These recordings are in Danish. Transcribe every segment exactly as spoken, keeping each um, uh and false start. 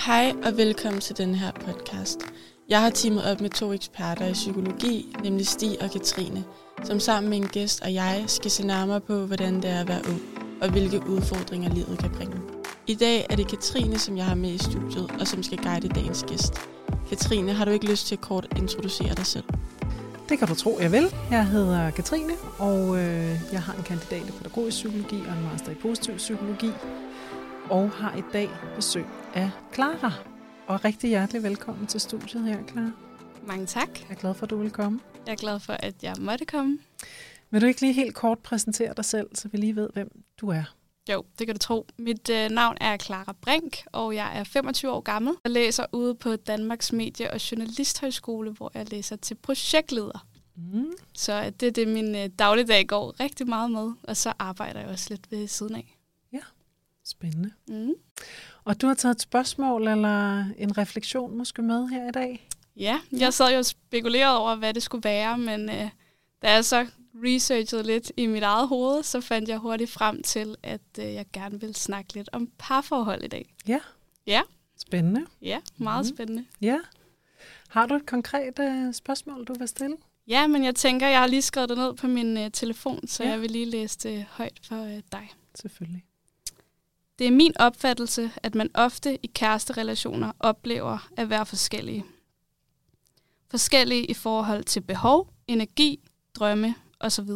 Hej og velkommen til den her podcast. Jeg har teamet op med to eksperter i psykologi, nemlig Stig og Katrine, som sammen med en gæst og jeg skal se nærmere på, hvordan det er at være ung, og hvilke udfordringer livet kan bringe. I dag er det Katrine, som jeg har med i studiet, og som skal guide dagens gæst. Katrine, har du ikke lyst til at kort introducere dig selv? Det kan du tro, jeg vil. Jeg hedder Katrine, og øh, jeg har en kandidat i pædagogisk psykologi og en master i positiv psykologi, og har i dag besøg af Clara. Og rigtig hjertelig velkommen til studiet her, Clara. Mange tak. Jeg er glad for, at du vil komme. Jeg er glad for, at jeg måtte komme. Vil du ikke lige helt kort præsentere dig selv, så vi lige ved, hvem du er? Jo, det kan du tro. Mit øh, navn er Clara Brink, og jeg er femogtyve år gammel. Jeg læser ude på Danmarks Medie- og Journalisthøjskole, hvor jeg læser til projektleder. Mm. Så det er det, min øh, dagligdag går rigtig meget med, og så arbejder jeg også lidt ved siden af. Ja, spændende. Mm. Og du har taget et spørgsmål eller en refleksion måske med her i dag? Ja, jeg sad jo og spekulerede over, hvad det skulle være, men øh, da jeg så researchede lidt i mit eget hoved, så fandt jeg hurtigt frem til, at øh, jeg gerne vil snakke lidt om parforhold i dag. Ja. Ja. Spændende. Ja, meget mm. spændende. Ja. Har du et konkret øh, spørgsmål, du vil stille? Ja, men jeg tænker, jeg har lige skrevet det ned på min øh, telefon, så ja. jeg vil lige læse det højt for øh, dig. Selvfølgelig. Det er min opfattelse, at man ofte i kæresterelationer oplever at være forskellige. Forskellige i forhold til behov, energi, drømme osv.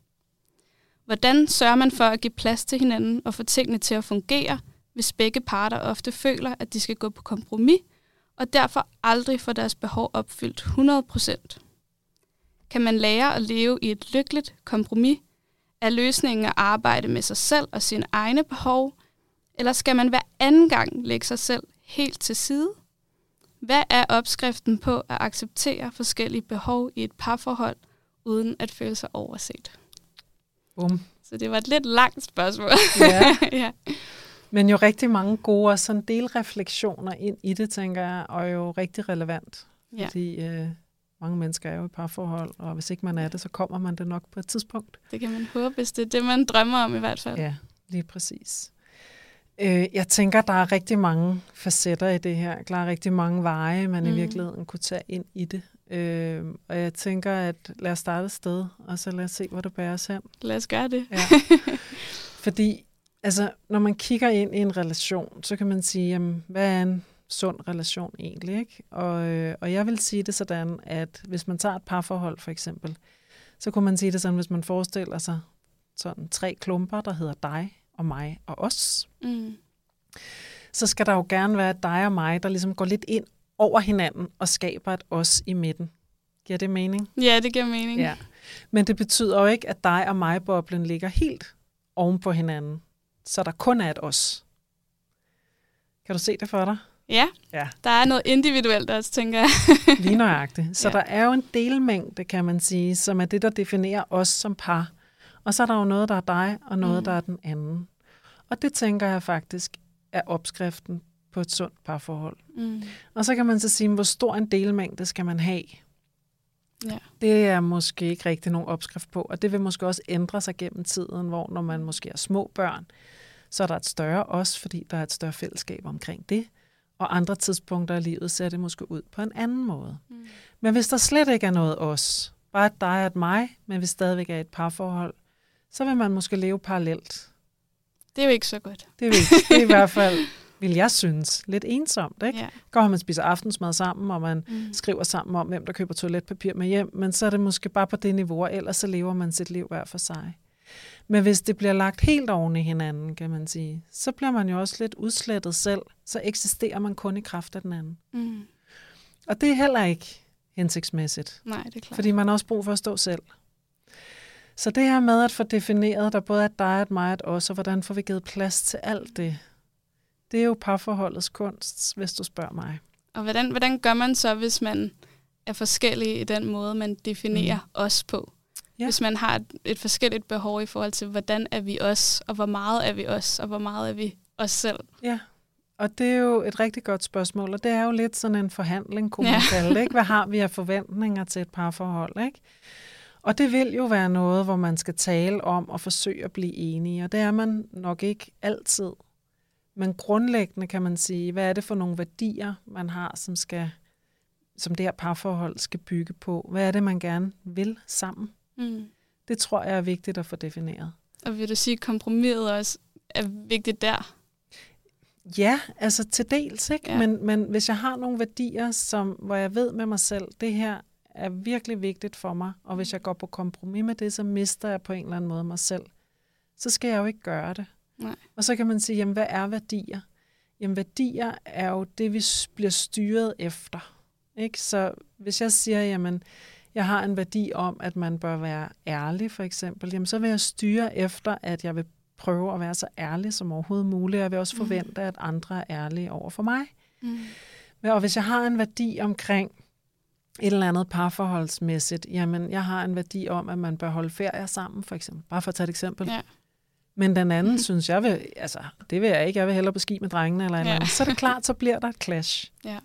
Hvordan sørger man for at give plads til hinanden og få tingene til at fungere, hvis begge parter ofte føler, at de skal gå på kompromis, og derfor aldrig får deres behov opfyldt hundrede procent? Kan man lære at leve i et lykkeligt kompromis? Er løsningen at arbejde med sig selv og sine egne behov? Eller skal man hver anden gang lægge sig selv helt til side? Hvad er opskriften på at acceptere forskellige behov i et parforhold, uden at føle sig overset? Um. Så det var et lidt langt spørgsmål. Ja. ja. Men jo rigtig mange gode og sådan delrefleksioner ind i det, tænker jeg, og jo rigtig relevant. Ja. Fordi øh, mange mennesker er jo i parforhold, og hvis ikke man er det, så kommer man det nok på et tidspunkt. Det kan man håbe, hvis det er det, man drømmer om i hvert fald. Ja, lige præcis. Øh, jeg tænker, der er rigtig mange facetter i det her. Der er rigtig mange veje, man mm. i virkeligheden kunne tage ind i det. Øh, og jeg tænker, at lad os starte et sted, og så lad os se, hvor det bærer os hen. Lad os gøre det. Ja. Fordi altså, når man kigger ind i en relation, så kan man sige, jamen, hvad er en sund relation egentlig? Ikke? Og, øh, og jeg vil sige det sådan, at hvis man tager et parforhold for eksempel, så kunne man sige det sådan, hvis man forestiller sig sådan tre klumper, der hedder dig og mig og os. Mm. Så skal der jo gerne være dig og mig, der ligesom går lidt ind over hinanden og skaber et os i midten. Giver det mening? Ja, det giver mening. Ja. Men det betyder jo ikke, at dig og mig-boblen ligger helt oven på hinanden, så der kun er et os. Kan du se det for dig? Ja, ja. Der er noget individuelt også, tænker jeg. Lige nøjagtigt. Så ja. Der er jo en delmængde, kan man sige, som er det, der definerer os som par. Og så er der jo noget, der er dig, og noget, mm. der er den anden. Og det tænker jeg faktisk er opskriften på et sundt parforhold. Mm. Og så kan man så sige, hvor stor en delmængde skal man have? Ja. Det er måske ikke rigtig nogen opskrift på, og det vil måske også ændre sig gennem tiden, hvor når man måske er små børn, så er der et større os, fordi der er et større fællesskab omkring det. Og andre tidspunkter i livet ser det måske ud på en anden måde. Mm. Men hvis der slet ikke er noget os, bare et dig og et mig, men vi stadigvæk er et parforhold, så vil man måske leve parallelt. Det er jo ikke så godt. Det er, ikke. Det er i hvert fald, vil jeg synes, lidt ensomt. Ikke? Ja. Går man spiser aftensmad sammen, og man mm. skriver sammen om, hvem der køber toiletpapir med hjem, men så er det måske bare på det niveau, ellers så lever man sit liv hver for sig. Men hvis det bliver lagt helt oven i hinanden, kan man sige, så bliver man jo også lidt udslettet selv, så eksisterer man kun i kraft af den anden. Mm. Og det er heller ikke hensigtsmæssigt. Nej, det er klart. Fordi man har også brug for at stå selv. Så det her med at få defineret, der både er dig, et mig, et os, og hvordan får vi givet plads til alt det, det er jo parforholdets kunst, hvis du spørger mig. Og hvordan, hvordan gør man så, hvis man er forskellig i den måde, man definerer mm. os på? Ja. Hvis man har et, et forskelligt behov i forhold til, hvordan er vi os, og hvor meget er vi os, og hvor meget er vi os selv? Ja, og det er jo et rigtig godt spørgsmål, og det er jo lidt sådan en forhandling, kunne man kalde det, ikke? Hvad har vi af forventninger til et parforhold, ikke? Og det vil jo være noget, hvor man skal tale om og forsøge at blive enige, og det er man nok ikke altid. men grundlæggende kan man sige, hvad er det for nogle værdier, man har, som skal, som det her parforhold skal bygge på? Hvad er det, man gerne vil sammen? Mm. Det tror jeg er vigtigt at få defineret. Og vil du sige, at kompromiset også er vigtigt der? Ja, altså til dels, ikke? Ja. Men, men hvis jeg har nogle værdier, som, hvor jeg ved med mig selv, det her er virkelig vigtigt for mig, og hvis jeg går på kompromis med det, så mister jeg på en eller anden måde mig selv. Så skal jeg jo ikke gøre det. Nej. Og så kan man sige, jamen hvad er værdier? Jamen værdier er jo det, vi bliver styret efter. Ikke? Så hvis jeg siger, jamen jeg har en værdi om, at man bør være ærlig for eksempel, jamen så vil jeg styre efter, at jeg vil prøve at være så ærlig som overhovedet muligt, og jeg vil også forvente, at andre er ærlige over for mig. Mm. Og hvis jeg har en værdi omkring et eller andet parforholdsmæssigt, jamen jeg har en værdi om, at man bør holde ferier sammen, for eksempel. Bare for at tage et eksempel. Ja. Men den anden, mm. synes jeg, vil, altså det vil jeg ikke, jeg vil hellere på ski med drengene, eller ja. andet. Så er det klart, så bliver der et clash. Ja.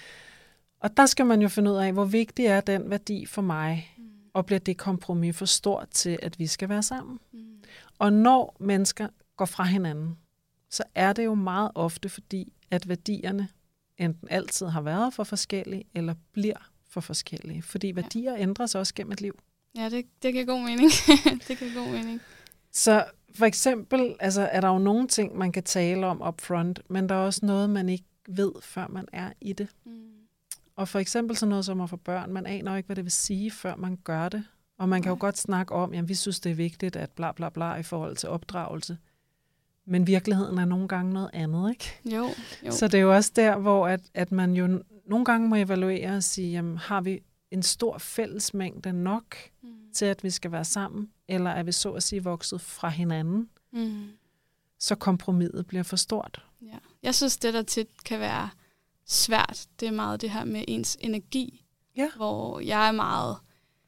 Og der skal man jo finde ud af, hvor vigtig er den værdi for mig, mm. og bliver det kompromis for stort til, at vi skal være sammen. Mm. Og når mennesker går fra hinanden, så er det jo meget ofte, fordi at værdierne enten altid har været for forskellige, eller bliver for forskellige. Fordi værdier ja. ændrer sig også gennem et liv. Ja, det, det giver god mening. det giver god mening. Så for eksempel altså, er der jo nogle ting, man kan tale om up front, men der er også noget, man ikke ved, før man er i det. Mm. Og for eksempel sådan noget som at få børn, man aner ikke, hvad det vil sige, før man gør det. Og man kan jo godt snakke om, jamen vi synes, det er vigtigt, at bla bla bla i forhold til opdragelse. Men virkeligheden er nogle gange noget andet, ikke? Jo, jo. Så det er jo også der, hvor at, at man jo nogle gange må evaluere og sige, jamen har vi en stor fællesmængde nok mm. til, at vi skal være sammen? Eller er vi så at sige vokset fra hinanden? Mm. Så kompromiset bliver for stort. Ja. Jeg synes, det der tit kan være svært, det er meget det her med ens energi. Ja. Hvor jeg er meget...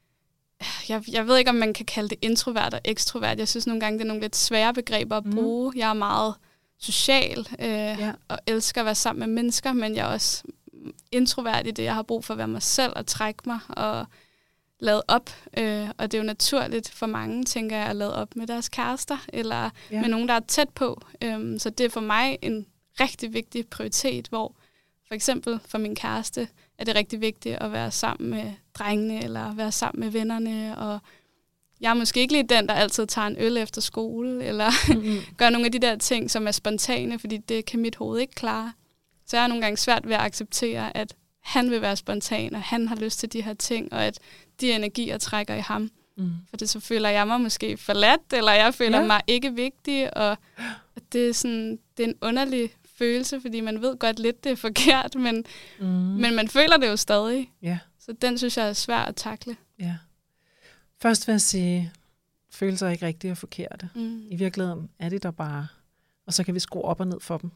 Jeg, jeg ved ikke, om man kan kalde det introvert og ekstrovert. Jeg synes nogle gange, det er nogle lidt svære begreber at bruge. Mm. Jeg er meget social øh, ja. og elsker at være sammen med mennesker, men jeg er også introvert i det. Jeg har brug for at være mig selv og trække mig og lade op. Øh, og det er jo naturligt for mange, tænker jeg, at lade op med deres kærester eller ja. med nogen, der er tæt på. Øh, så det er for mig en rigtig vigtig prioritet, hvor for eksempel for min kæreste er det rigtig vigtigt at være sammen med drengene eller være sammen med vennerne. Og jeg er måske ikke lige den, der altid tager en øl efter skole eller mm-hmm. gør nogle af de der ting, som er spontane, fordi det kan mit hoved ikke klare. Så jeg er nogle gange svært ved at acceptere, at han vil være spontan, og han har lyst til de her ting, og at de energier trækker i ham. Mm. For det så føler jeg mig måske forladt, eller jeg føler ja. mig ikke vigtig, og det er, sådan, det er en underlig følelse, fordi man ved godt lidt, det er forkert, men, mm. men man føler det jo stadig. Ja. Så den synes jeg er svær at takle. Ja. Først vil jeg sige, følelser er ikke rigtige og forkerte. Mm. I virkeligheden er de der bare, og så kan vi skrue op og ned for dem.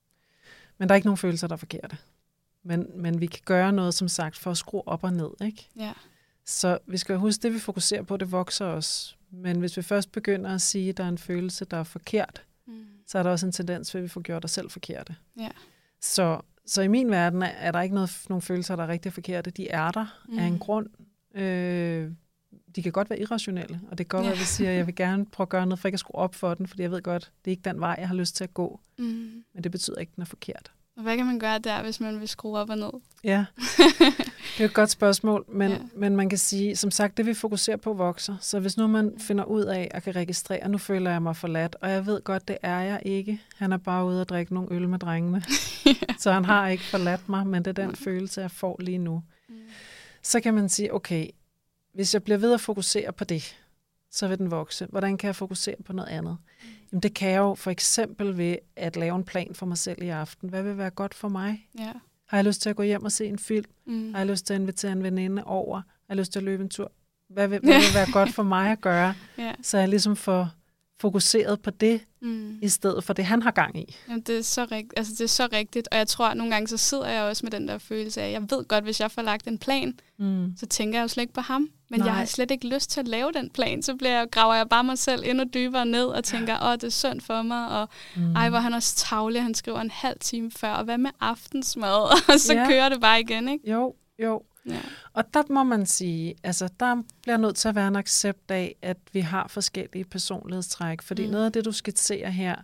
Men der er ikke nogen følelser, der er forkerte. Men, men vi kan gøre noget, som sagt, for at skrue op og ned, ikke? Ja. Så vi skal huske, det vi fokuserer på, det vokser os. Men hvis vi først begynder at sige, at der er en følelse, der er forkert, mm. så er der også en tendens til, at vi får gjort os selv forkerte. Ja. Så, så i min verden er, er der ikke noget, nogle følelser, der er rigtig forkerte. De er der mm. af en grund. Øh, de kan godt være irrationelle, og det kan godt ja. være, at vi siger, at jeg vil gerne prøve at gøre noget, for ikke at skrue op for den, fordi jeg ved godt, det er ikke den vej, jeg har lyst til at gå. Mm. Men det betyder ikke, at den er forkert. Og hvad kan man gøre der, hvis man vil skrue op og ned? Ja, det er et godt spørgsmål, men, ja. men man kan sige, som sagt, det vi fokuserer på vokser. Så hvis nu man finder ud af og kan registrere, nu føler jeg mig forladt, og jeg ved godt, det er jeg ikke. Han er bare ude og drikke nogle øl med drengene. ja. Så han har ikke forladt mig, men det er den mm. følelse, jeg får lige nu. Mm. Så kan man sige, okay, hvis jeg bliver ved at fokusere på det, så vil den vokse. Hvordan kan jeg fokusere på noget andet? Mm. Jamen det kan jeg jo for eksempel ved at lave en plan for mig selv i aften. Hvad vil være godt for mig? Ja. Har jeg lyst til at gå hjem og se en film? Mm. Har jeg lyst til at invitere en veninde over? Har jeg lyst til at løbe en tur? Hvad vil, hvad vil være godt for mig at gøre? Ja. Så jeg ligesom får fokuseret på det, mm. i stedet for det, han har gang i. Jamen, det, er så rigt- altså, det er så rigtigt, og jeg tror, at nogle gange så sidder jeg også med den der følelse af, jeg ved godt, hvis jeg får lagt en plan, mm. så tænker jeg jo slet ikke på ham, men Nej. jeg har slet ikke lyst til at lave den plan, så bliver jeg, graver jeg bare mig selv endnu dybere ned og tænker, åh, det er synd for mig, og mm. ej, hvor han også tavlig, han skriver en halv time før, og hvad med aftensmad, og så ja. kører det bare igen, ikke? Jo, jo. Ja. Og der må man sige, altså der bliver nødt til at være en accept af, at vi har forskellige personlighedstræk, fordi mm. noget af det, du skitserer her,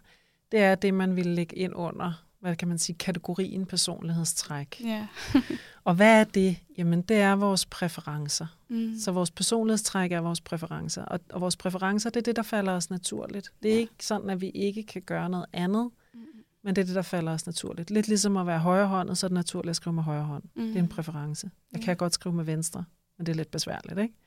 det er det, man vil lægge ind under, hvad kan man sige, kategorien personlighedstræk. Ja. Og hvad er det? Jamen, det er vores præferencer. Mm. Så vores personlighedstræk er vores præferencer. Og, og vores præferencer, det er det, der falder os naturligt. Det er Ja. ikke sådan, at vi ikke kan gøre noget andet, Mm. men det er det, der falder os naturligt. Lidt ligesom at være højrehåndet, så er det naturligt at skrive med højre hånd. Mm. Det er en præference. Jeg Ja. kan godt skrive med venstre, men det er lidt besværligt, ikke?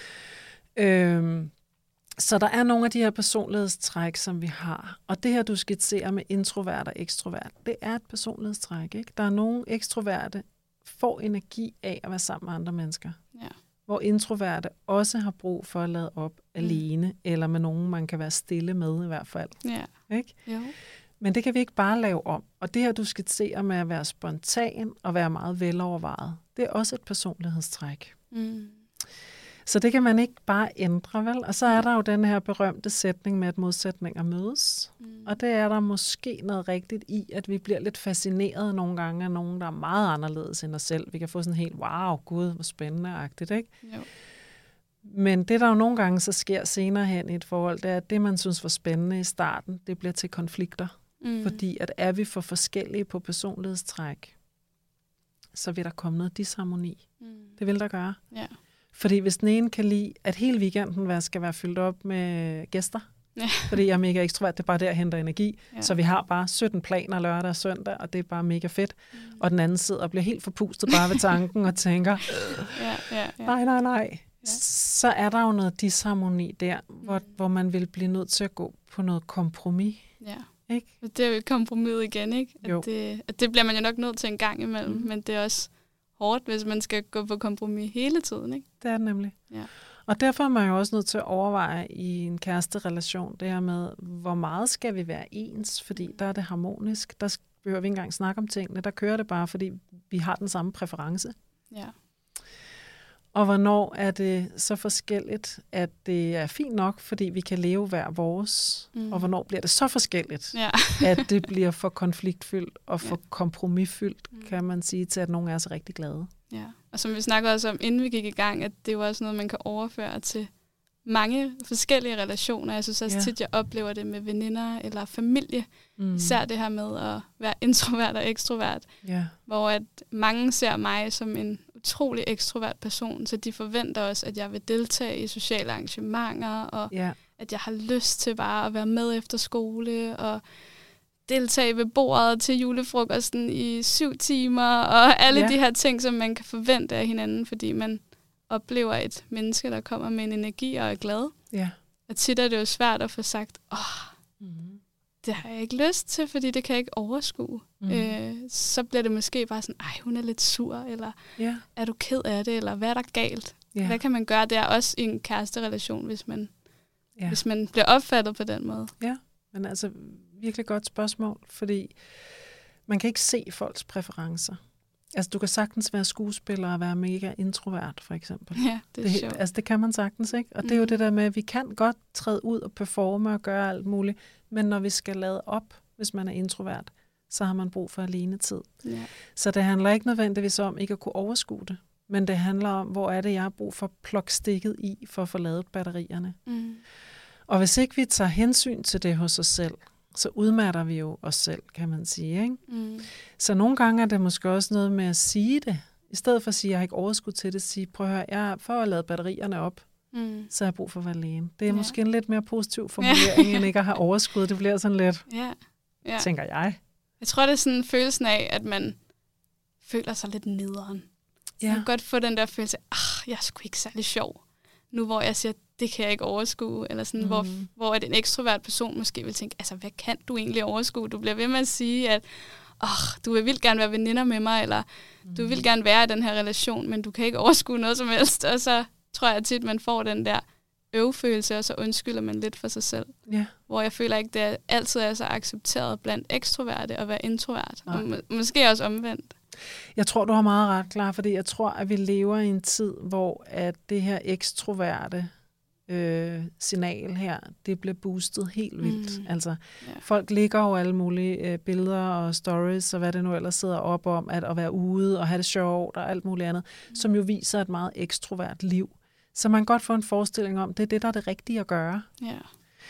Mm. Øhm, så der er nogle af de her personlighedstræk, som vi har. Og det her, du skitserer med introvert og ekstrovert, det er et personlighedstræk, ikke? Der er nogle ekstroverte, får energi af at være sammen med andre mennesker. Ja. Hvor introverte også har brug for at lade op mm. alene, eller med nogen, man kan være stille med i hvert fald. Ja. Ikke? Jo. Men det kan vi ikke bare lave om. Og det her, du skitserer med at være spontan og være meget velovervejet, det er også et personlighedstræk. Mm. Så det kan man ikke bare ændre, vel? Og så er der jo den her berømte sætning med, at modsætninger mødes. Mm. Og det er der måske noget rigtigt i, at vi bliver lidt fascineret nogle gange af nogen, der er meget anderledes end os selv. Vi kan få sådan helt, wow, gud, hvor spændende-agtigt, ikke? Jo. Men det, der jo nogle gange så sker senere hen i et forhold, det er, at det, man synes var spændende i starten, det bliver til konflikter. Mm. Fordi at er vi for forskellige på personlighedstræk, så vil der komme noget disharmoni. Mm. Det vil der gøre. Ja. Fordi hvis den ene kan lide, at hele weekenden skal være fyldt op med gæster, Ja. fordi jeg er mega ekstrovert, det er bare der, jeg henter energi. Ja. Så vi har bare sytten planer lørdag og søndag, og det er bare mega fedt. Mm. Og den anden sidder og bliver helt forpustet bare ved tanken og tænker, Ja, ja, ja. nej, nej, nej. Ja. Så er der jo noget disharmoni der, hvor, Mm. hvor man vil blive nødt til at gå på noget kompromis. Ja. Ikke? Og det er jo et kompromis igen, ikke? At Jo. det, at det bliver man jo nok nødt til en gang imellem, Mhm. men det er også hårdt, hvis man skal gå på kompromis hele tiden, ikke? Det er det nemlig. Ja. Og derfor er man jo også nødt til at overveje i en kæresterelation, det her med, hvor meget skal vi være ens, fordi der er det harmonisk. Der behøver vi ikke engang snakke om tingene, der kører det bare, fordi vi har den samme præference. Ja. Og hvornår er det så forskelligt, at det er fint nok, fordi vi kan leve hver vores, Mm. og hvornår bliver det så forskelligt, Ja. at det bliver for konfliktfyldt og for Ja. kompromisfyldt, Mm. kan man sige, til at nogen er så rigtig glade. Ja. Og som vi snakkede også om, inden vi gik i gang, at det er jo også noget, man kan overføre til mange forskellige relationer. Jeg synes også Ja. tit, jeg oplever det med veninder eller familie. Mm. Især det her med at være introvert og ekstrovert, Ja. hvor at mange ser mig som en utrolig ekstrovert person, så de forventer også, at jeg vil deltage i sociale arrangementer, og Ja. at jeg har lyst til bare at være med efter skole, og deltage ved bordet til julefrokosten i syv timer, og alle Ja. de her ting, som man kan forvente af hinanden, fordi man oplever et menneske, der kommer med en energi og er glad. Ja. Og tit er det jo svært at få sagt, åh, Mm. det har jeg ikke lyst til, fordi det kan jeg ikke overskue. Mm. Mm. Øh, så bliver det måske bare sådan, ej, hun er lidt sur, eller Ja. er du ked af det, eller hvad er der galt? Ja. Hvad kan man gøre der, også i en kæresterelation, hvis man, Ja. hvis man bliver opfattet på den måde? Men altså, virkelig godt spørgsmål, fordi man kan ikke se folks præferencer. Altså, du kan sagtens være skuespiller og være mega introvert, for eksempel. Ja, det er Det, sjovt. altså, det kan man sagtens, ikke? Og det er jo Mhm. det der med, at vi kan godt træde ud og performe og gøre alt muligt, men når vi skal lade op, hvis man er introvert, så har man brug for alene tid. Ja. Så det handler ikke nødvendigvis om ikke at kunne overskue det, men det handler om, hvor er det, jeg har brug for at plukke stikket i, for at få lavet batterierne. Mm. Og hvis ikke vi tager hensyn til det hos os selv, så udmatter vi jo os selv, kan man sige, ikke? Mm. Så nogle gange er det måske også noget med at sige det. I stedet for at sige, at jeg har ikke overskud til det, sige, prøv at høre, jeg for at lade batterierne op, Mm. så har jeg brug for at være alene. Det er Ja. måske en lidt mere positiv formulering, end ikke at have overskud. Det bliver sådan lidt, Ja. Ja. tænker jeg. Jeg tror, det er sådan følelsen af, at man føler sig lidt nederen. Ja. Man kan godt få den der følelse af, ah, jeg er sgu ikke særlig sjov. Nu hvor jeg siger, det kan jeg ikke overskue. Eller sådan, mm. hvor, hvor en ekstrovert person måske vil tænke, altså hvad kan du egentlig overskue? Du bliver ved med at sige, at oh, du vil vildt gerne være veninder med mig, eller mm. du vil gerne være i den her relation, men du kan ikke overskue noget som helst. Og så tror jeg tit, man får den der øvfølelse, og så undskylder man lidt for sig selv. Ja. Hvor jeg føler ikke, det altid er så accepteret blandt ekstroverte at være introvert. Nej. Og må, måske også omvendt. Jeg tror, du har meget ret, klar, fordi jeg tror, at vi lever i en tid, hvor at det her ekstroverte øh, signal her, det bliver boostet helt vildt. Mm. Altså, Ja. folk ligger jo alle mulige øh, billeder og stories, og hvad det nu ellers sidder op om, at, at være ude og have det sjovt og alt muligt andet, mm. som jo viser et meget ekstrovert liv. Så man kan godt få en forestilling om, det er det, der er det rigtige at gøre. Ja.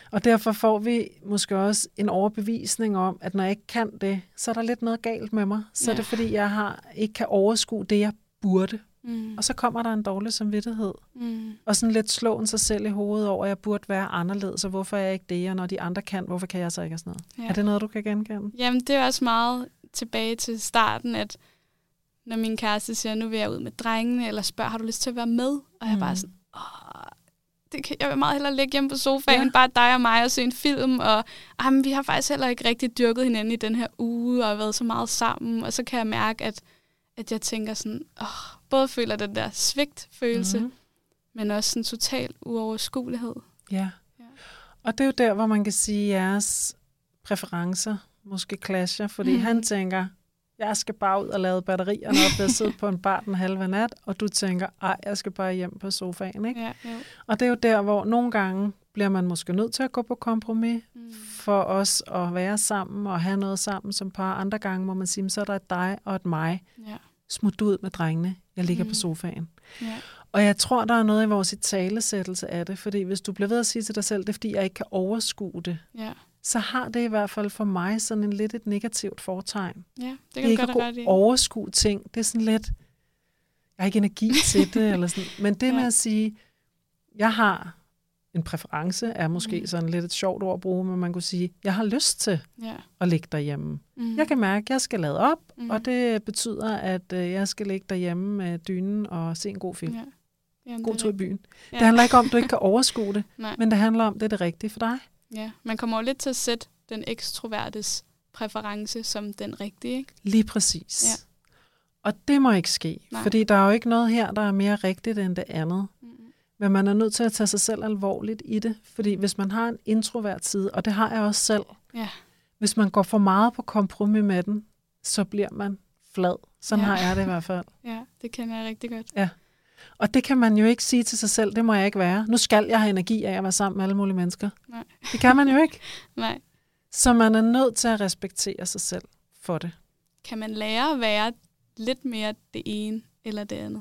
Og derfor får vi måske også en overbevisning om, at når jeg ikke kan det, så er der lidt noget galt med mig. Så ja. er det fordi, jeg har, ikke kan overskue det, jeg burde. Mm. Og så kommer der en dårlig samvittighed. Mm. Og sådan lidt slåen sig selv i hovedet over, at jeg burde være anderledes, og hvorfor er jeg ikke det, og når de andre kan, hvorfor kan jeg så ikke og sådan noget. Ja. Er det noget, du kan genkende? Jamen, det er også meget tilbage til starten, at når min kæreste siger, nu vil jeg ud med drengene, eller spørger, har du lyst til at være med? Og jeg er mm. bare sådan, åh, det kan, jeg vil meget hellere ligge hjemme på sofaen, ja. bare dig og mig og se en film, og jamen, vi har faktisk heller ikke rigtig dyrket hinanden i den her uge, og været så meget sammen, og så kan jeg mærke, at, at jeg tænker sådan, åh, både føler den der svigtfølelse, mm. men også sådan total uoverskuelighed. Ja. ja, og det er jo der, hvor man kan sige, at jeres præferencer måske clasher, fordi mm. han tænker, jeg skal bare ud og lade batterierne op, og sidde på en bar den halve nat, og du tænker, ej, jeg skal bare hjem på sofaen, ikke? Ja, ja. Og det er jo der, hvor nogle gange bliver man måske nødt til at gå på kompromis, mm. for os at være sammen og have noget sammen som par. Andre gange må man sige, så er der et dig og et mig. Ja. Smut ud med drengene, jeg ligger mm. på sofaen. Ja. Og jeg tror, der er noget i vores italesættelse af det, fordi hvis du bliver ved at sige til dig selv, det er fordi, jeg ikke kan overskue det, ja. så har det i hvert fald for mig sådan en lidt et negativt fortegn. Ja, det kan det er du godt at overskue ting. Det er sådan lidt, jeg har ikke energi til det, eller sådan. Men det ja. med at sige, jeg har en præference, er måske mm. sådan lidt et sjovt ord at bruge, men man kunne sige, jeg har lyst til ja. at ligge derhjemme. Mm. Jeg kan mærke, at jeg skal lade op, mm. og det betyder, at øh, jeg skal ligge derhjemme med dynen og se en god film. Ja. Jamen, god tur i byen. Ja. Det handler ikke om, at du ikke kan overskue det, men det handler om, at det er det rigtige for dig. Ja, man kommer jo lidt til at sætte den ekstrovertes præference som den rigtige, ikke? Lige præcis. Ja. Og det må ikke ske, Nej. fordi der er jo ikke noget her, der er mere rigtigt end det andet. Mm. Men man er nødt til at tage sig selv alvorligt i det, fordi hvis man har en introvert side, og det har jeg også selv, ja. hvis man går for meget på kompromis med den, så bliver man flad. Sådan ja. har jeg det i hvert fald. Ja, det kender jeg rigtig godt. Ja. Og det kan man jo ikke sige til sig selv, det må jeg ikke være. Nu skal jeg have energi af at være sammen med alle mulige mennesker. Nej. Det kan man jo ikke. Nej. Så man er nødt til at respektere sig selv for det. Kan man lære at være lidt mere det ene eller det andet?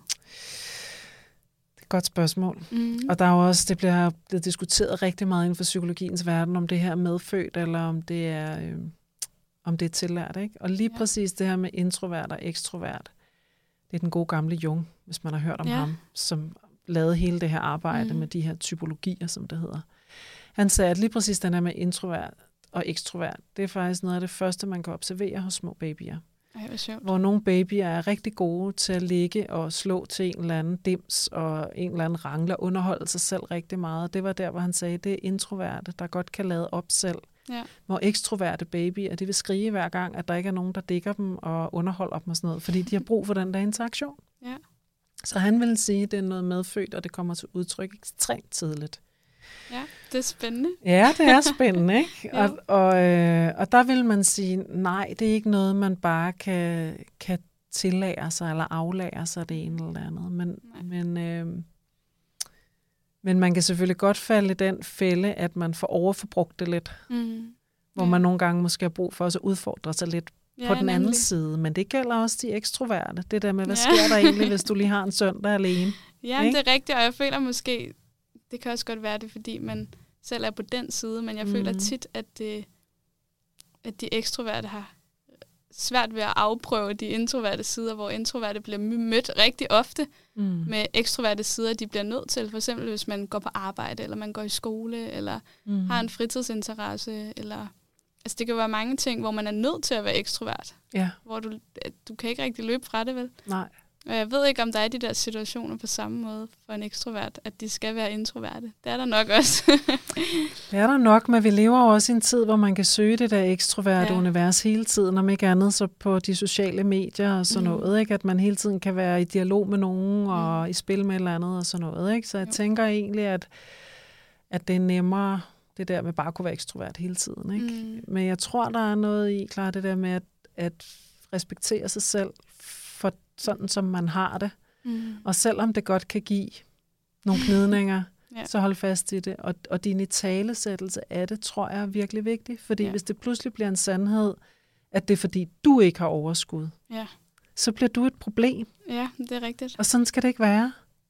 Det er et godt spørgsmål. Mm. Og der er jo også, det bliver blevet diskuteret rigtig meget inden for psykologiens verden, om det her er medfødt, eller om det er, øh, om det er tillært. Ikke? Og lige ja. præcis det her med introvert og ekstrovert, det er den gode gamle Jung, hvis man har hørt om ja. ham, som lavede hele det her arbejde mm. med de her typologier, som det hedder. Han sagde, at lige præcis den her med introvert og ekstrovert, det er faktisk noget af det første, man kan observere hos små babyer. Ej, hvor sjovt. Hvor nogle babyer er rigtig gode til at ligge og slå til en eller anden dims og en eller anden rangle og underholde sig selv rigtig meget. Det var der, hvor han sagde, det er introverte, der godt kan lade op selv. Ja. Hvor ekstroverte babyer, de vil skrige hver gang, at der ikke er nogen, der dækker dem og underholder dem og sådan noget, fordi de har brug for den der interaktion. Ja. Så han vil sige, at det er noget medfødt, og det kommer til udtryk ekstremt tidligt. Ja, det er spændende. Ja, det er spændende, ikke? og, og, øh, og der vil man sige, nej, det er ikke noget, man bare kan, kan tillære sig eller aflære sig det ene eller andet. Men, men, øh, men man kan selvfølgelig godt falde i den fælde, at man får overforbrugt det lidt. Mm. Hvor ja. man nogle gange måske har brug for at udfordre sig lidt ja, på den anden nemlig. side. Men det gælder også de ekstroverte. Det der med, hvad ja. sker der egentlig, hvis du lige har en søndag alene? Ja, ikke? Det er rigtigt, og jeg føler måske, det kan også godt være det, fordi man selv er på den side, men jeg mm. føler tit, at, det, at de ekstroverte har svært ved at afprøve de introverte sider, hvor introverte bliver mødt rigtig ofte mm. med ekstroverte sider, de bliver nødt til. For eksempel, hvis man går på arbejde, eller man går i skole, eller mm. har en fritidsinteresse, eller altså det kan jo være mange ting, hvor man er nødt til at være ekstrovert. Ja. Hvor du, du kan ikke rigtig løbe fra det, vel? Nej. Og jeg ved ikke, om der er de der situationer på samme måde for en ekstrovert, at de skal være introverte. Det er der nok også. Det er der nok, men vi lever jo også i en tid, hvor man kan søge det der ekstroverte ja. univers hele tiden, om ikke andet så på de sociale medier og sådan mm. noget, ikke? At man hele tiden kan være i dialog med nogen og mm. i spil med et eller andet og sådan noget. Ikke? Så jeg jo. tænker egentlig, at, at det er nemmere, det der med bare at kunne være ekstrovert hele tiden. Ikke? Mm. Men jeg tror, der er noget i, klar, det der med at, at respektere sig selv for sådan, som man har det. Mm. Og selvom det godt kan give nogle gnidninger, ja. så hold fast i det. Og, og din italesættelse af det, tror jeg er virkelig vigtigt. Fordi ja. hvis det pludselig bliver en sandhed, at det er fordi, du ikke har overskud, ja. så bliver du et problem. Ja, det er rigtigt. Og sådan skal det ikke være.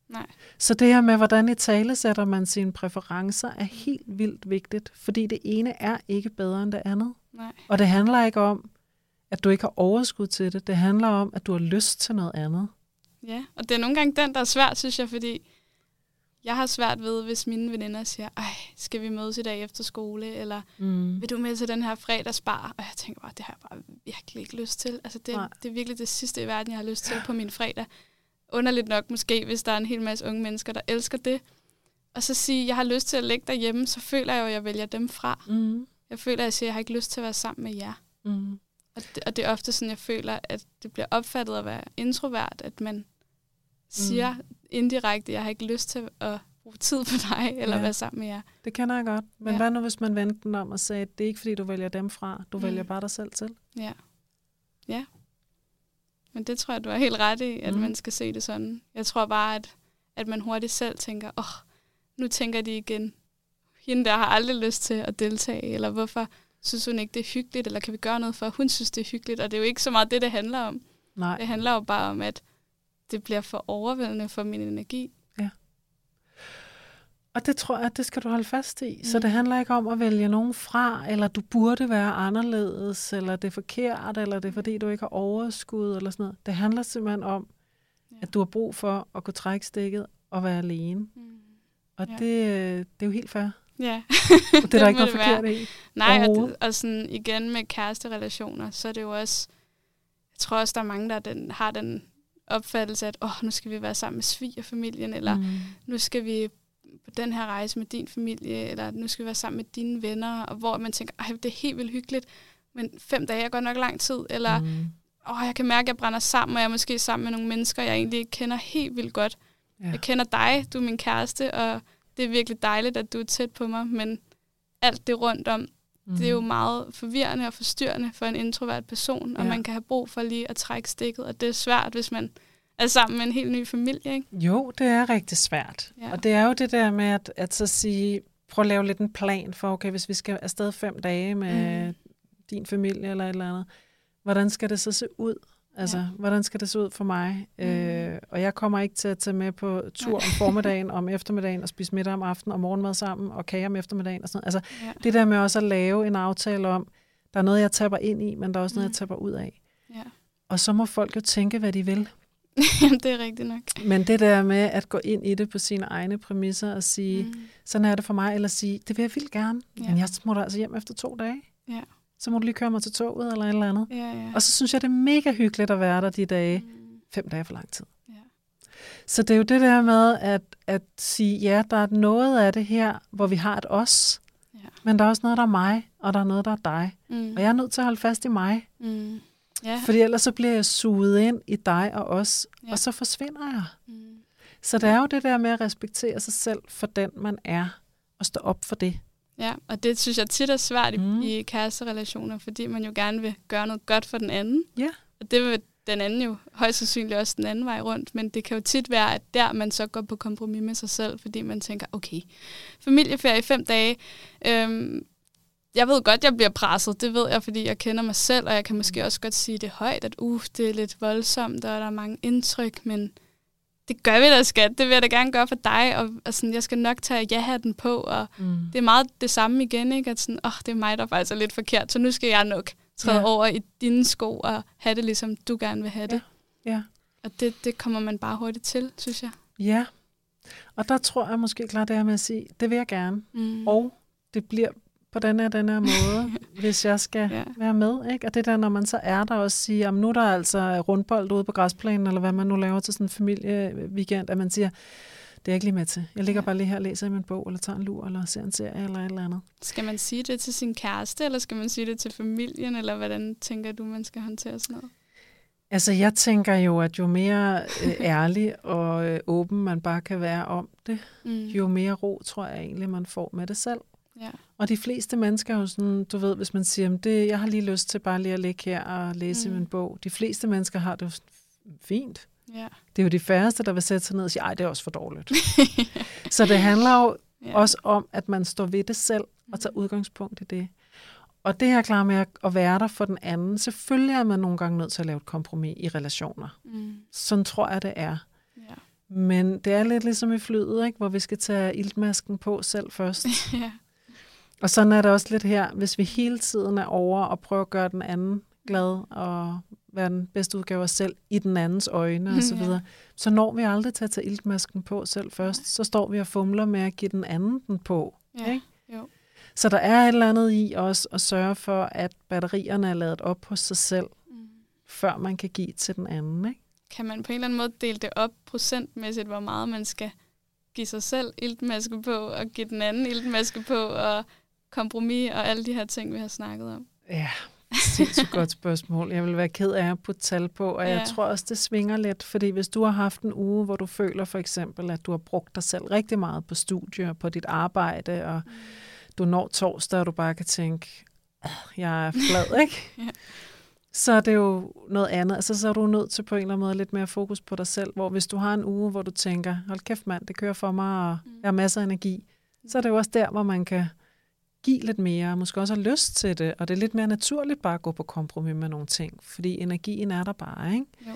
Nej. Så det her med, hvordan i tale sætter man sine præferencer, er helt vildt vigtigt, fordi det ene er ikke bedre end det andet. Nej. Og det handler ikke om, at du ikke har overskud til det. Det handler om, at du har lyst til noget andet. Ja, og det er nogle gange den, der er svært, synes jeg, fordi jeg har svært ved, hvis mine veninder siger, ej, skal vi mødes i dag efter skole, eller mm. vil du med til den her fredagsbar? Og jeg tænker bare, det har jeg bare virkelig ikke lyst til. Altså, det, det er virkelig det sidste i verden, jeg har lyst til på min fredag. Underligt nok måske, hvis der er en hel masse unge mennesker, der elsker det. Og så sige, jeg har lyst til at ligge derhjemme, så føler jeg jo, at jeg vælger dem fra. Mm. Jeg føler, at jeg siger, at jeg har ikke lyst til at være sammen med jer. Mm. Og, det, og det er ofte sådan, jeg føler, at det bliver opfattet at være introvert, at man siger mm. indirekte, jeg har ikke lyst til at bruge tid på dig, eller ja. være sammen med jer. Det kender jeg godt. Men ja. hvad nu, hvis man vendte den om og sagde, at det er ikke, fordi du vælger dem fra, du mm. vælger bare dig selv til? Ja. Ja. Men det tror jeg, du er helt ret i, at mm. man skal se det sådan. Jeg tror bare, at, at man hurtigt selv tænker, åh, oh, nu tænker de igen, hende der har aldrig lyst til at deltage, eller hvorfor synes hun ikke, det er hyggeligt, eller kan vi gøre noget for, at hun synes, det er hyggeligt, og det er jo ikke så meget det, det handler om. Nej. Det handler jo bare om, at det bliver for overvældende for min energi. Ja. Og det tror jeg, det skal du holde fast i. Mm. Så det handler ikke om at vælge nogen fra, eller du burde være anderledes, eller det er forkert, eller det er fordi, du ikke har overskud, eller sådan noget. Det handler simpelthen om, ja. at du har brug for at kunne trække stikket og være alene. Mm. Og ja. det, det er jo helt fair. Ja. Og det er der ikke noget forkert i. Nej, og, det, og sådan igen med kæresterelationer, så er det jo også, jeg tror også, der er mange, der den, har den opfattelse, at åh, nu skal vi være sammen med svigerfamilien, eller mm. nu skal vi på den her rejse med din familie, eller nu skal vi være sammen med dine venner, og hvor man tænker, ej, det er helt vildt hyggeligt, men fem dage er godt nok lang tid, eller mm. åh, jeg kan mærke, at jeg brænder sammen, og jeg er måske sammen med nogle mennesker, jeg egentlig ikke kender helt vildt godt. Ja. Jeg kender dig, du er min kæreste, og det er virkelig dejligt, at du er tæt på mig, men alt det rundt om, mm. det er jo meget forvirrende og forstyrrende for en introvert person, ja. og man kan have brug for lige at trække stikket, og det er svært, hvis man er sammen med en helt ny familie, ikke? Jo, det er rigtig svært. Ja. Og det er jo det der med at, at så sige, prøv at lave lidt en plan for, okay, hvis vi skal afsted fem dage med mm. din familie eller et eller andet, hvordan skal det så se ud? Altså, ja. hvordan skal det se ud for mig? Mm. Øh, og jeg kommer ikke til at tage med på tur om formiddagen, om eftermiddagen, og spise middag om aftenen og morgenmad sammen, og kage om eftermiddagen og sådan noget. Altså, ja. det der med også at lave en aftale om, der er noget, jeg tapper ind i, men der er også mm. noget, jeg tapper ud af. Ja. Og så må folk jo tænke, hvad de vil. Det er rigtigt nok. Men det der med at gå ind i det på sine egne præmisser og sige, mm. sådan er det for mig, eller sige, det vil jeg vildt gerne, ja. men jeg smutter altså hjem efter to dage. Ja. Så må du lige køre mig til toget eller et eller andet. Ja, ja. Og så synes jeg, det er mega hyggeligt at være der de dage. Mm. Fem dage for lang tid. Ja. Så det er jo det der med at, at sige, ja, der er noget af det her, hvor vi har et os, ja. men der er også noget, der er mig, og der er noget, der er dig. Mm. Og jeg er nødt til at holde fast i mig. Mm. Ja. Fordi ellers så bliver jeg suget ind i dig og os, ja. og så forsvinder jeg. Mm. Så det er jo det der med at respektere sig selv for den, man er, og stå op for det. Ja, og det synes jeg tit er svært i, mm. i kæresterelationer, fordi man jo gerne vil gøre noget godt for den anden. Ja. Og det vil den anden jo højst sandsynligt også den anden vej rundt, men det kan jo tit være, at der man så går på kompromis med sig selv, fordi man tænker, okay, familieferie i fem dage, øhm, jeg ved godt, jeg bliver presset, det ved jeg, fordi jeg kender mig selv, og jeg kan måske også godt sige det højt, at uh, det er lidt voldsomt, og der er mange indtryk, men det gør vi da, skat. Det vil jeg da gerne gøre for dig, og, og sådan, jeg skal nok tage ja-hatten på, og mm. det er meget det samme igen, ikke? At sådan, åh, oh, det er mig, der faktisk er lidt forkert, så nu skal jeg nok træde ja. over i dine sko og have det, ligesom du gerne vil have det. Ja. Ja. Og det, det kommer man bare hurtigt til, synes jeg. Ja, og der tror jeg måske klart det her med at sige, det vil jeg gerne, mm. og det bliver på den her, den her måde, hvis jeg skal ja. være med. Ikke? Og det der, når man så er der og siger, nu er der altså rundbold ude på græsplænen, eller hvad man nu laver til sådan en familieweekend, at man siger, det er jeg ikke lige med til. Jeg ligger ja. bare lige her og læser i min bog, eller tager en lur, eller ser en serie, eller et eller andet. Skal man sige det til sin kæreste, eller skal man sige det til familien, eller hvordan tænker du, man skal håndtere sådan noget? Altså, jeg tænker jo, at jo mere øh, ærlig og øh, åben man bare kan være om det, mm. jo mere ro, tror jeg egentlig, man får med det selv. Ja. Og de fleste mennesker er jo sådan, du ved, hvis man siger, det, jeg har lige lyst til bare lige at ligge her og læse mm. i min bog. De fleste mennesker har det jo fint. Ja. Det er jo de færreste, der vil sætte sig ned og sige, ej, det er også for dårligt. Så det handler jo ja. også om, at man står ved det selv og tager udgangspunkt i det. Og det her klar med at være der for den anden, selvfølgelig er man nogle gange nødt til at lave et kompromis i relationer. Mm. Sådan tror jeg, det er. Ja. Men det er lidt ligesom i flyet, ikke? Hvor vi skal tage iltmasken på selv først. Ja. Og sådan er det også lidt her. Hvis vi hele tiden er over og prøver at gøre den anden glad og være den bedste udgave af os selv i den andens øjne og så videre, ja. Så når vi aldrig til at tage iltmasken på selv først. Så står vi og fumler med at give den anden den på. Ja. Ikke? Jo. Så der er et eller andet i os at sørge for, at batterierne er ladet op hos sig selv, mm. før man kan give til den anden. Ikke? Kan man på en eller anden måde dele det op procentmæssigt, hvor meget man skal give sig selv iltmaske på, og give den anden iltmaske på, og kompromis og alle de her ting, vi har snakket om? Ja, sindssygt godt spørgsmål. Jeg vil være ked af at putte tal på, og ja. Jeg tror også, det svinger lidt, fordi hvis du har haft en uge, hvor du føler for eksempel, at du har brugt dig selv rigtig meget på studier, på dit arbejde, og mm. du når torsdag, og du bare kan tænke, jeg er flad, ikke? Ja. Så er det jo noget andet. Altså, så er du nødt til på en eller anden måde lidt mere fokus på dig selv, hvor hvis du har en uge, hvor du tænker, hold kæft mand, det kører for mig, og jeg har masser af energi, så er det jo også der, hvor man kan give lidt mere, og måske også have lyst til det, og det er lidt mere naturligt bare at gå på kompromis med nogle ting, fordi energien er der bare, ikke? Jo.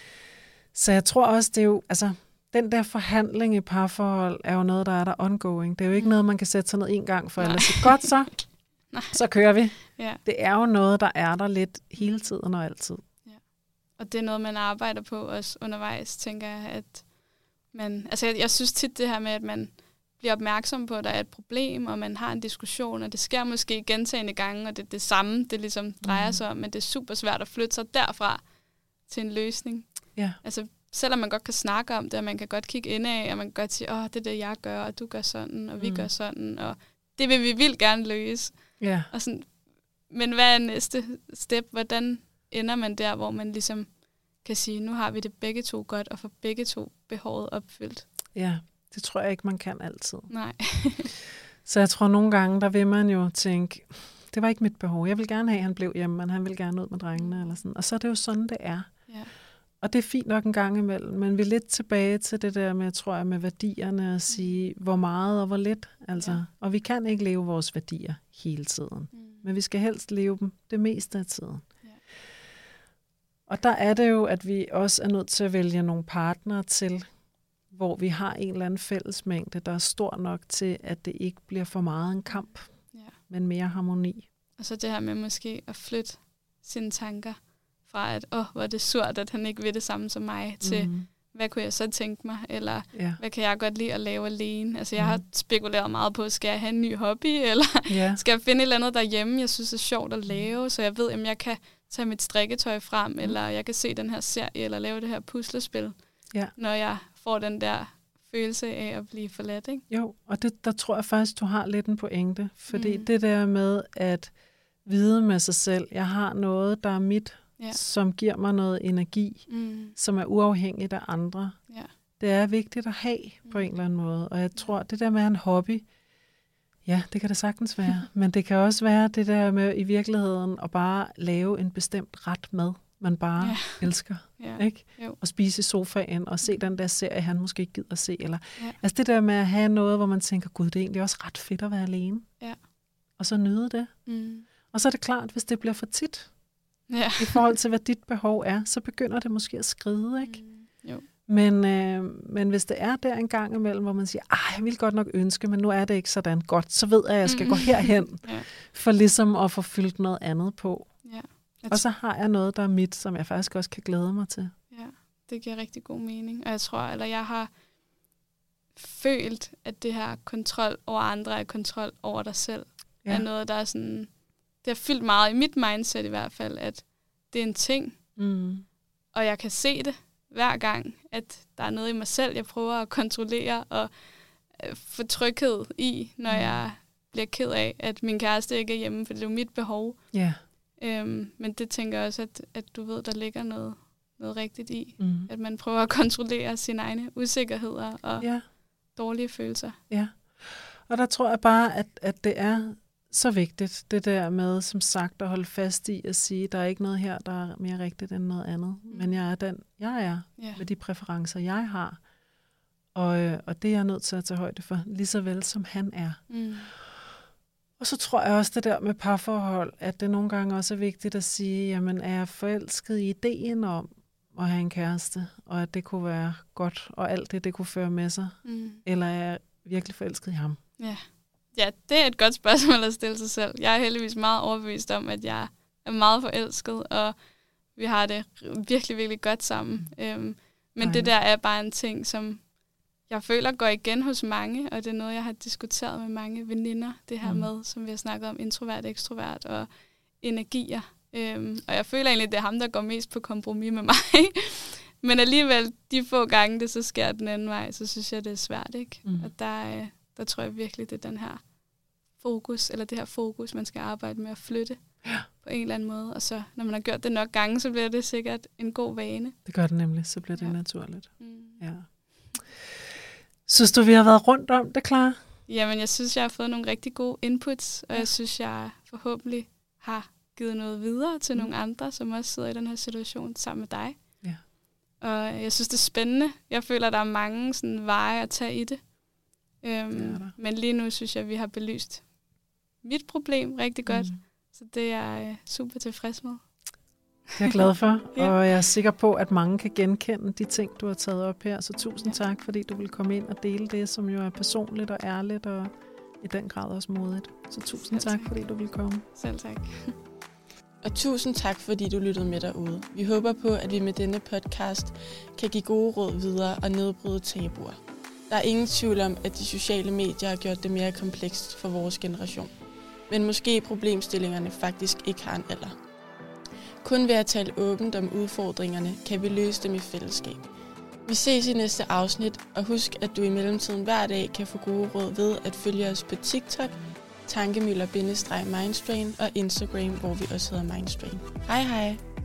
Så jeg tror også, det er jo, altså, den der forhandling i parforhold er jo noget, der er der ongoing. Det er jo ikke mm. noget, man kan sætte sig ned en gang for, eller sige, godt så, så kører vi. Ja. Det er jo noget, der er der lidt hele tiden og altid. Ja. Og det er noget, man arbejder på også undervejs, tænker jeg, at man, altså jeg, jeg synes tit det her med, at man bliver opmærksom på, at der er et problem, og man har en diskussion, og det sker måske gentagende gange, og det er det samme, det ligesom drejer sig om, men det er super svært at flytte sig derfra til en løsning. Ja. Altså, selvom man godt kan snakke om det, og man kan godt kigge indad, og man kan godt sige, åh, det er det, jeg gør, og du gør sådan, og vi mm. gør sådan, og det vil vi vildt gerne løse. Ja. Og sådan, men hvad er næste step? Hvordan ender man der, hvor man ligesom kan sige, nu har vi det begge to godt, og får begge to behovet opfyldt? Ja. Det tror jeg ikke, man kan altid. Nej. Så jeg tror nogle gange, der vil man jo tænke, det var ikke mit behov. Jeg vil gerne have, at han blev hjemme, men han vil gerne ud med drengene. Eller sådan. Og så er det jo sådan, det er. Ja. Og det er fint nok en gang imellem, men vi er lidt tilbage til det der med, tror jeg, med værdierne, at sige, hvor meget og hvor lidt. Altså. Ja. Og vi kan ikke leve vores værdier hele tiden. Mm. Men vi skal helst leve dem det meste af tiden. Ja. Og der er det jo, at vi også er nødt til at vælge nogle partnere til, hvor vi har en eller anden fællesmængde, der er stor nok til, at det ikke bliver for meget en kamp, ja. Men mere harmoni. Og så det her med måske at flytte sine tanker fra, at åh, hvor er det surt, at han ikke vil det samme som mig, til mm. hvad kunne jeg så tænke mig, eller ja. Hvad kan jeg godt lide at lave alene. Altså jeg mm. har spekuleret meget på, skal jeg have en ny hobby, eller ja. Skal jeg finde et eller andet derhjemme, jeg synes er sjovt at lave, så jeg ved, at jeg kan tage mit strikketøj frem, mm. eller jeg kan se den her serie, eller lave det her puslespil, ja. Når jeg får den der følelse af at blive forladt, ikke? Jo, og det, der tror jeg faktisk, du har lidt en pointe. Fordi mm. det der med at vide med sig selv, jeg har noget, der er mit, ja. Som giver mig noget energi, mm. som er uafhængigt af andre. Ja. Det er vigtigt at have mm. på en eller anden måde. Og jeg tror, det der med en hobby, ja, det kan det sagtens være. Men det kan også være det der med i virkeligheden at bare lave en bestemt ret mad, man bare ja. Elsker, ja. Ikke? Og spise i sofaen og se den der serie, han måske ikke gider at se. Eller, ja. Altså det der med at have noget, hvor man tænker, gud, det er egentlig også ret fedt at være alene. Ja. Og så nyde det. Mm. Og så er det klart, hvis det bliver for tit, ja. I forhold til, hvad dit behov er, så begynder det måske at skride, ikke? Mm. Jo. Men, øh, men hvis det er der en gang imellem, hvor man siger, ah, jeg vil godt nok ønske, men nu er det ikke sådan godt, så ved jeg, at jeg skal mm. gå herhen, ja. For ligesom at få fyldt noget andet på. Ja. Og så har jeg noget, der er mit, som jeg faktisk også kan glæde mig til. Ja, det giver rigtig god mening. Og jeg tror, eller jeg har følt, at det her kontrol over andre er kontrol over dig selv. Ja. Er noget, der er sådan, det har fyldt meget i mit mindset i hvert fald, at det er en ting, mm. og jeg kan se det hver gang, at der er noget i mig selv, jeg prøver at kontrollere og øh, få tryghed i, når mm. jeg bliver ked af, at min kæreste ikke er hjemme, for det er jo mit behov. Ja. Øhm, men det tænker jeg også, at, at du ved, der ligger noget, noget rigtigt i. Mm. At man prøver at kontrollere sine egne usikkerheder og ja. Dårlige følelser. Ja, og der tror jeg bare, at, at det er så vigtigt, det der med, som sagt, at holde fast i at sige, der er ikke noget her, der er mere rigtigt end noget andet. Mm. Men jeg er den, jeg er, yeah. med de præferencer, jeg har. Og, og det er jeg nødt til at tage højde for, lige så vel som han er. Mm. Og så tror jeg også det der med parforhold, at det nogle gange også er vigtigt at sige, jamen er jeg forelsket i ideen om, at have en kæreste, og at det kunne være godt, og alt det, det kunne føre med sig? Mm. Eller er jeg virkelig forelsket i ham? Ja. ja, det er et godt spørgsmål at stille sig selv. Jeg er heldigvis meget overbevist om, at jeg er meget forelsket, og vi har det virkelig, virkelig godt sammen. Mm. Øhm, men Ej. det der er bare en ting, som jeg føler går igen hos mange, og det er noget, jeg har diskuteret med mange veninder, det her mm. med, som vi har snakket om, introvert, ekstrovert og energier. Øhm, og jeg føler egentlig, det er ham, der går mest på kompromis med mig. Men alligevel, de få gange, det så sker den anden vej, så synes jeg, det er svært, ikke? Mm. Og der, der tror jeg virkelig, det er den her fokus, eller det her fokus, man skal arbejde med at flytte ja. på en eller anden måde. Og så, når man har gjort det nok gange, så bliver det sikkert en god vane. Det gør det nemlig, så bliver det ja. naturligt. Mm. Ja. Synes du, vi har været rundt om det, Clara? Jamen, jeg synes, jeg har fået nogle rigtig gode inputs, og ja. jeg synes, jeg forhåbentlig har givet noget videre til mm. nogle andre, som også sidder i den her situation sammen med dig. Ja. Og jeg synes, det er spændende. Jeg føler, der er mange sådan, veje at tage i det. Øhm, det men lige nu synes jeg, vi har belyst mit problem rigtig godt. Mm. Så det er jeg super tilfreds med. Det er jeg glad for, ja. og jeg er sikker på, at mange kan genkende de ting, du har taget op her. Så tusind ja. tak, fordi du vil komme ind og dele det, som jo er personligt og ærligt, og i den grad også modigt. Så tusind tak, tak, fordi du vil komme. Selv tak. Og tusind tak, fordi du lyttede med derude. Vi håber på, at vi med denne podcast kan give gode råd videre og nedbryde tabuer. Der er ingen tvivl om, at de sociale medier har gjort det mere komplekst for vores generation. Men måske problemstillingerne faktisk ikke har en alder. Kun ved at tale åbent om udfordringerne, kan vi løse dem i fællesskab. Vi ses i næste afsnit, og husk, at du i mellemtiden hver dag kan få gode råd ved at følge os på TikTok, tankemøller bindestreg mindstrain og Instagram, hvor vi også hedder Mindstrain. Hej hej!